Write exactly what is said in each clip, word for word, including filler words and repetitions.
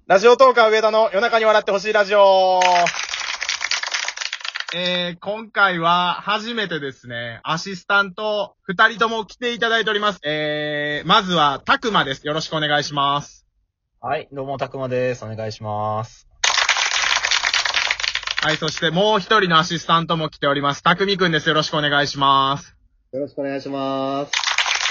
ラジオトーカー上田の夜中に笑ってほしいラジオ。えー、今回は初めてですね、アシスタント二人とも来ていただいております。えー、まずはたくまです。よろしくお願いします。 はい、どうもたくまです。お願いします。 はい、そしてもう一人のアシスタントも来ております。たくみくんです。よろしくお願いします。 よろしくお願いします。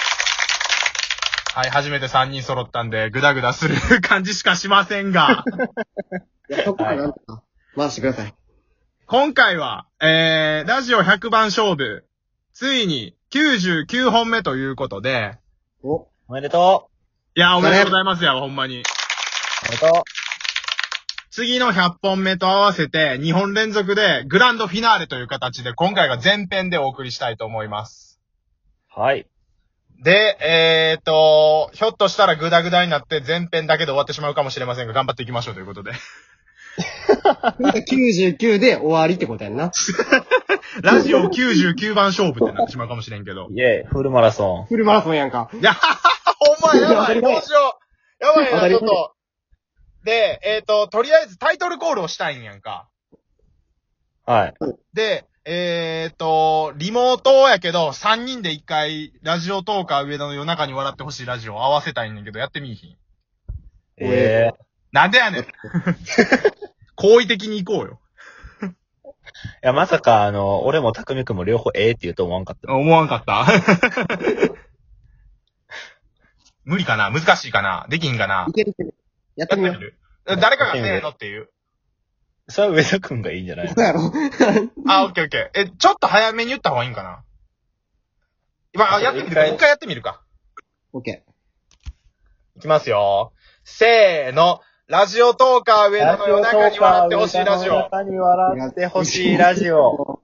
はい、初めてさんにん揃ったんで、グダグダする感じしかしませんが。 いや、そこはなんとか回してください。 今回は、えー、ラジオひゃくばん勝負、ついにきゅうじゅうきゅうほんめということで。 お、おめでとう。いや、おめでとうございますよ、ほんまに。 おめでとう。 次のひゃっぽんめと合わせてにほん連続でグランドフィナーレという形で今回が前編でお送りしたいと思います。 はい。 で、えーと、ひょっとしたらグダグダになって前編だけで終わってしまうかもしれませんが頑張っていきましょうということで。 きゅうじゅうきゅうで終わりってことやんな。 ラジオきゅうじゅうきゅうばん勝負ってなってしまうかもしれんけど。 イェイ、フルマラソン。 フルマラソンやんか。 いや、ほんまやばい、どうしよう。やばいな、ちょっと。で、えっと、とりあえずタイトルコールをしたいんやんか。 はい。 で、えっと、リモートやけど、さんにんで一回、ラジオトーカー上田の夜中に笑ってほしいラジオを合わせたいんだけど、やってみいひん。 ええー。 なんでやねん。好意的に行こうよ。 いや、まさか、あの、俺もたくみくんも両方ええって言うと思わんかった。 思わんかった無理かな難しいかなできんかないけるいける。やってみよう。 誰かがせーのっていう。 それは上田くんがいいんじゃないそうやろ。 あ、オッケーオッケー。え、ちょっと早めに言った方がいいんかな今、あ、やってみるか。一回やってみるか。 オッケー。いきますよ。せーの。ラジオトーカー上田の夜中に笑ってほしいラジオ。 夜中に笑ってほしいラジオ。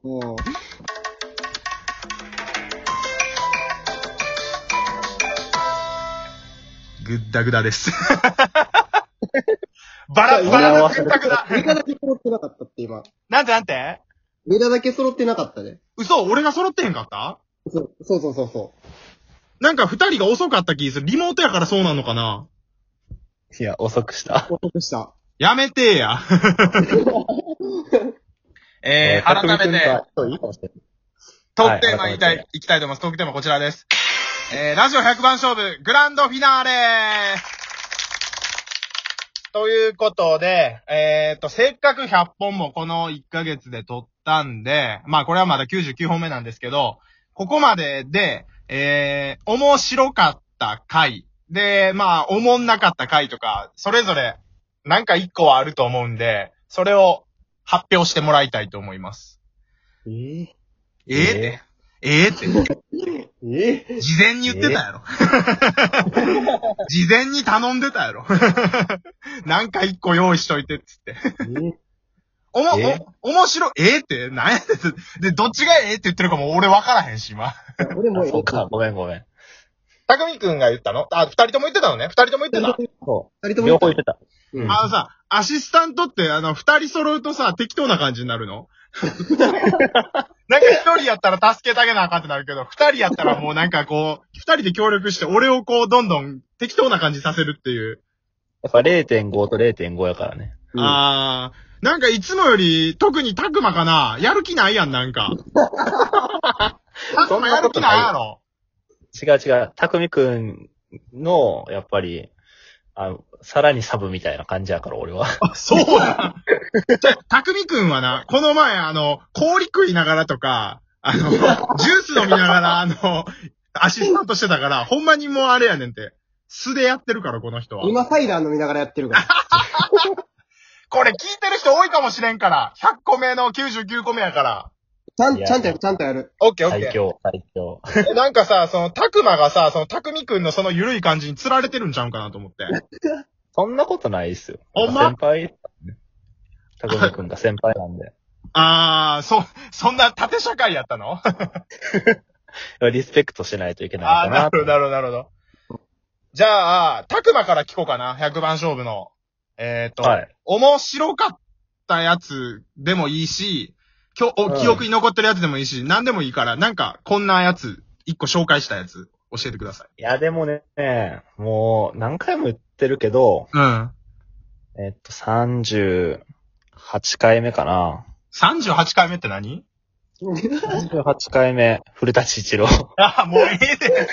ぐったぐだです。バラバラの選択だ。 上田だけ揃ってなかったって今。 なんてなんて上田だけ揃ってなかったね。 嘘俺が揃ってへんかったそうそうそうそうそう。 なんか二人が遅かった気する。リモートやからそうなんのかないや、遅くした。 遅くした。 やめてや。えー、改めて、トークテーマ言いたい、いきたいと思います。トークテーマこちらです。えー、ラジオひゃくばん勝負、グランドフィナーレということで、えーと、せっかくひゃっぽんもこのいっかげつで撮ったんで、まあこれはまだきゅうじゅうきゅうほんめなんですけど、ここまでで、えー、面白かった回、で、まあ、おもんなかった回とか、それぞれ、なんか一個はあると思うんで、それを発表してもらいたいと思います。 えー、 えー、ってえー、って。 えー、 事前に言ってたやろ。事前に頼んでたやろ。なんか一個用意しといてっつって。 えー、 おも、お、面白い、えー、って何やってで、どっちがえーって言ってるかも俺分からへんし、今。 俺もええ。 そうか、ごめんごめん。 たくみくんが言ったのあ、二人とも言ってたのね二人とも言ってたそう。 二人とも両方言ってた。 うん、 あのさ、アシスタントって、あの、二人揃うとさ、適当な感じになるのなんか一人やったら助けてあげなあかんってなるけど、二人やったらもうなんかこう、二人で協力して俺をこう、どんどん適当な感じさせるっていう。 やっぱ れいてんご と れいてんご やからね。 うん、あー、なんかいつもより、特にたくまかな、やる気ないやん、なんか。たくまやる気ないやろ。 違う違う。たくみくんの、やっぱり、あの、さらにサブみたいな感じやから、俺は。 あ、そうや。じゃ、たくみくんはな、この前、あの、氷食いながらとか、あの、ジュース飲みながら、あの、アシスタントしてたから、ほんまにもうあれやねんて。素でやってるから、この人は。 今サイダー飲みながらやってるから。 これ聞いてる人多いかもしれんから。ひゃっこめのきゅうじゅうきゅうこめやから。 ちゃん、ちゃんとやる、ちゃんとやる。 オッケーオッケー。 最強、最強。 なんかさ、その、たくまがさ、その、たくみくんのその緩い感じに釣られてるんちゃうんかなと思って。 そんなことないっすよ。 ほんま先輩、たくみくんが先輩なんで。 あー、そ、そんな縦社会やったのリスペクトしないといけないかな。 あー、なるほど、なるほど、なるほど。じゃあ、たくまから聞こうかな。ひゃくばん勝負の。えっと、はい、面白かったやつでもいいし、きょ、お、記憶に残ってるやつでもいいし、何でもいいから、なんか、こんなやつ、一個紹介したやつ、教えてください。 いや、でもね、もう、何回も言ってるけど、 うん。 えっと、さんじゅうはちかいめかな。 さんじゅうはちかいめって何？ さんじゅうはちかいめ、古舘一郎。 あ、もうええで。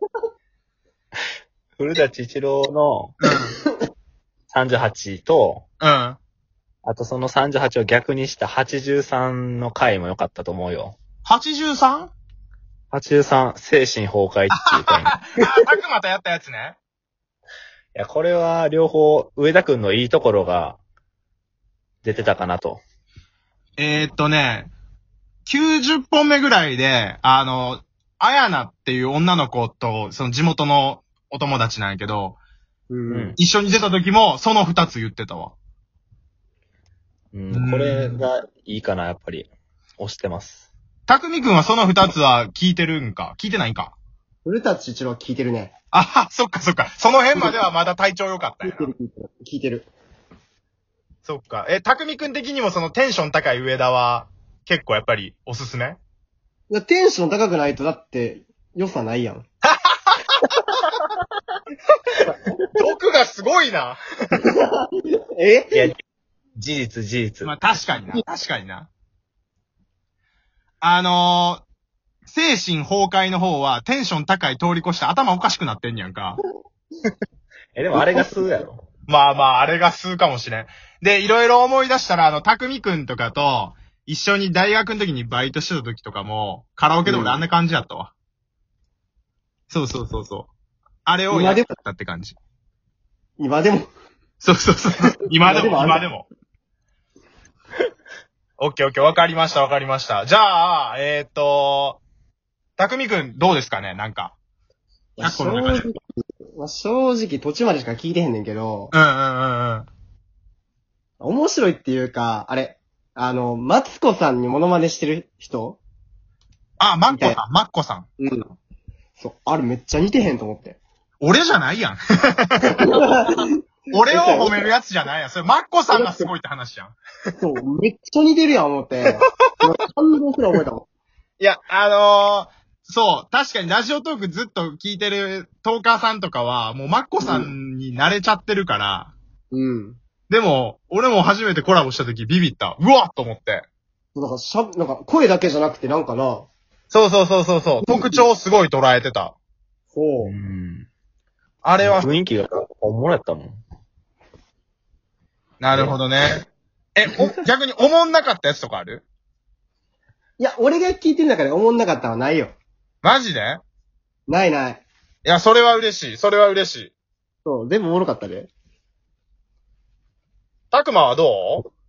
古舘一郎のさんじゅうはちと、 うん。 あとそのさんじゅうはちを逆にしたはちじゅうさんの回も良かったと思うよ。 はちじゅうさん？ はちじゅうさん、精神崩壊っていう回。いあ、たくまとやったやつね。 や、これは両方、上田くんのいいところが出てたかなと。 えー、っとね、きゅうじゅっぽんめぐらいで、あの、あやなっていう女の子と、その地元のお友達なんやけど、 うんうん一緒に出た時も、その二つ言ってたわ。 うんうんこれがいいかな、やっぱり。押してます。 たくみくんはその二つは聞いてるんか聞いてないんか？ 古舘一郎聞いてるね。 あ、そっかそっか。その辺まではまだ体調良かったんやな聞いてる。聞いてる。聞いてる。 そっか。え、たくみくん的にもそのテンション高い上田は、結構やっぱりおすすめ？ いや、テンション高くないとだって、良さないやん。 毒がすごいな。 えいや、事実、事実。 まあ確かにな。確かにな。あのー、精神崩壊の方はテンション高い通り越して頭おかしくなってんやんか。 え、でもあれが数やろ。 まあまあ、あれが数かもしれん。で、いろいろ思い出したら、あの、たくみくんとかと、一緒に大学の時にバイトしてた時とかも、カラオケで俺あんな感じやったわ。そうそうそうそう。あれをやったって感じ。 今でも。 そうそうそう。今でも、 今で今でも。オッケーオッケー、わかりましたわかりました。じゃあ、えーっと、たくみくんどうですかねなんか。 いやひゃっこの中で。 まあ正直途中までしか聞いてへんねんけど、 うんうんうんうん。 面白いっていうか、あれ、あの、マツコさんにモノマネしてる人あ、マッコさん、マッコさん。 うん。そう、あれめっちゃ似てへんと思って。 俺じゃないやん。俺を褒めるやつじゃないやん。それ、マッコさんがすごいって話やん。 そう、めっちゃ似てるやん思って。感動すら覚えたもん。 いや、あのー、そう、確かにラジオトークずっと聞いてるトーカーさんとかは、もうマッコさんに慣れちゃってるから、 うん。 でも、俺も初めてコラボした時ビビった。うわっと思って。 なんかしゃ、なんか声だけじゃなくてなんかな、 そうそうそうそうそう。特徴すごい捉えてた。 そうう。 ん。 あれは、 雰囲気がおもろやったもん。 なるほどね。え、お、逆に思んなかったやつとかある？ いや、俺が聞いてる中で思んなかったのはないよ。 マジで？ ないない。 いや、それは嬉しい。それは嬉しい。 そう、全部おもろかったで。 たくまはどう？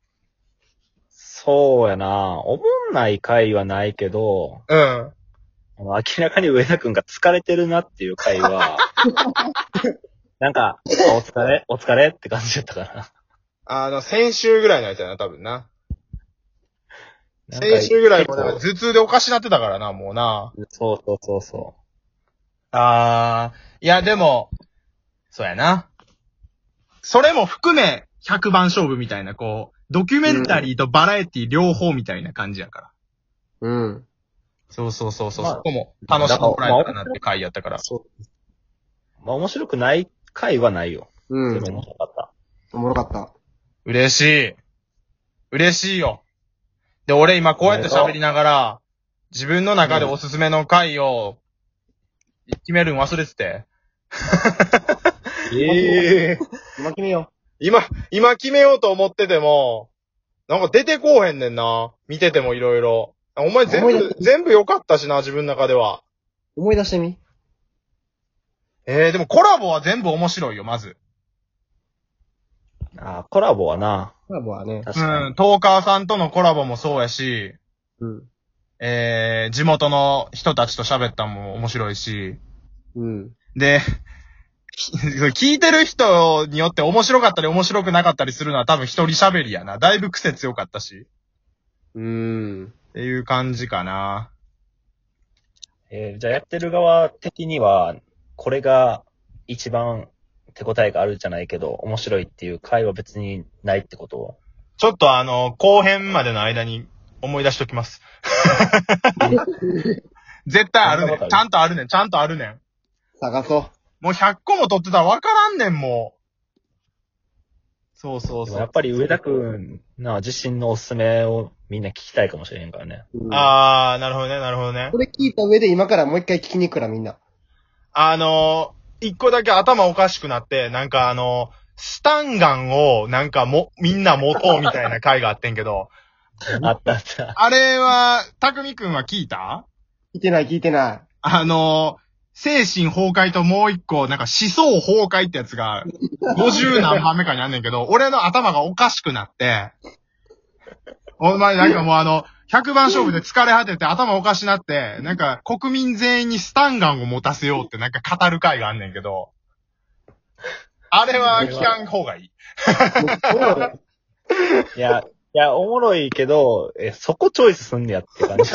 そうやな。おもんない回はないけど、 うん。 あの明らかに上田くんが疲れてるなっていう回は、なんか、お疲れお疲れって感じだったかな。 あの、先週ぐらいのやつやな、多分な。 なんか先週ぐらいもなんか結頭痛でおかしなってたからな、もうな。 構そうそうそうそあー、いやでも、そうやな。それも含め、ひゃくばん勝負みたいな、こう、ドキュメンタリーとバラエティ両方みたいな感じやから。 うん。 そうそうそうそう、 まあそこも楽しんでもらえたらなって回やったからう。。そう。まあ面白くない回はないよ。 うんで。も面白かった。 おもろかった。 嬉しい。嬉しいよ。で、俺今こうやって喋りながら、自分の中でおすすめの回を、決めるん忘れてて。 ええ今決めよ今、今決めようと思ってても、なんか出てこうへんねんな。見ててもいろいろ。お前全部、 思い出全部良かったしな、自分の中では。 う。思い出してみ。 えー、でもコラボは全部面白いよ、まず。 あ、コラボはな。 コラボはね。 確かに。 うん、トーカーさんとのコラボもそうやし、 うん。 えー、地元の人たちと喋ったのも面白いし、 うん。 で、聞いてる人によって面白かったり面白くなかったりするのは多分一人喋りやな。だいぶ癖強かったし。 うーん。 っていう感じかな。 えーじゃあやってる側的には、これが一番手応えがあるじゃないけど、面白いっていう回は別にないってことちょっとあの、後編までの間に思い出しときます。絶対あるねん。ちゃんとあるねん。ちゃんとあるねん。 探そう。 もうひゃっこも取ってたらわからんねん、もそうそうそう。 でもやっぱり上田くんな、自身のおすすめをみんな聞きたいかもしれへんからね。 うん、 あー、なるほどね、なるほどねこ。れ聞いた上で今からもう一回聞きに行くからみんな。 あのー、一個だけ頭おかしくなって、なんかあのー、スタンガンをなんかも、みんな持とうみたいな回があってんけど、 あったあった。 あれは、たくみくんは聞いた？ 聞いてない聞いてない。 あのー、精神崩壊ともう一個、なんか思想崩壊ってやつが、ごじゅう何番目かにあんねんけど、俺の頭がおかしくなって、お前なんかもうあの、ひゃくばん勝負で疲れ果てて頭おかしなって、なんか国民全員にスタンガンを持たせようってなんか語る回があんねんけど、あれは聞かん方がいい。 いや、いや、おもろいけど、え、そこチョイスすんねやって感じ。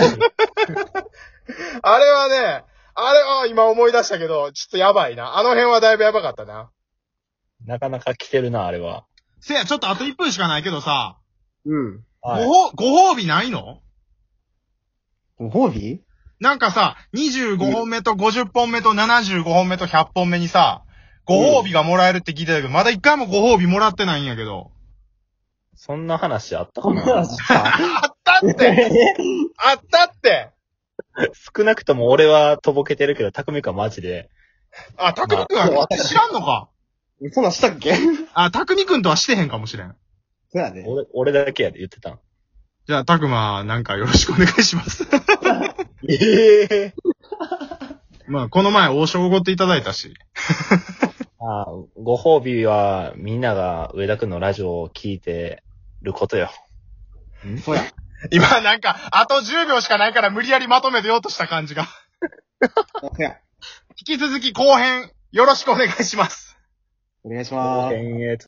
あれはね、あれは今思い出したけど、ちょっとやばいな。あの辺はだいぶやばかったな。 なかなか来てるな、あれは。 せや、ちょっとあといっぷんしかないけどさ、 うん。 はい。 ごほ、ご褒美ないの？ ご褒美？ なんかさ、にじゅうごほんめとごじゅっぽんめとななじゅうごほんめとひゃっぽんめにさ、ご褒美がもらえるって聞いてたけど、まだ一回もご褒美もらってないんやけど。 そんな話あったかこんなな話したあったってあったって少なくとも俺はとぼけてるけど、匠くんはマジで。 あ、たくみくんは知らんのか。 そんなんしたっけ？ あ、たくみくんとはしてへんかもしれん。 そうやね。 俺、俺だけやで言ってたん。 じゃあ、たくま、なんかよろしくお願いします。 ええまあ、この前、王将おごっていただいたし。 ああ、ご褒美はみんなが上田くんのラジオを聞いてることよ。 そうや。 今、なんか、あとじゅうびょうしかないから無理やりまとめてようとした感じが。 そうや。 引き続き後編、よろしくお願いします。 お願いします。 検閲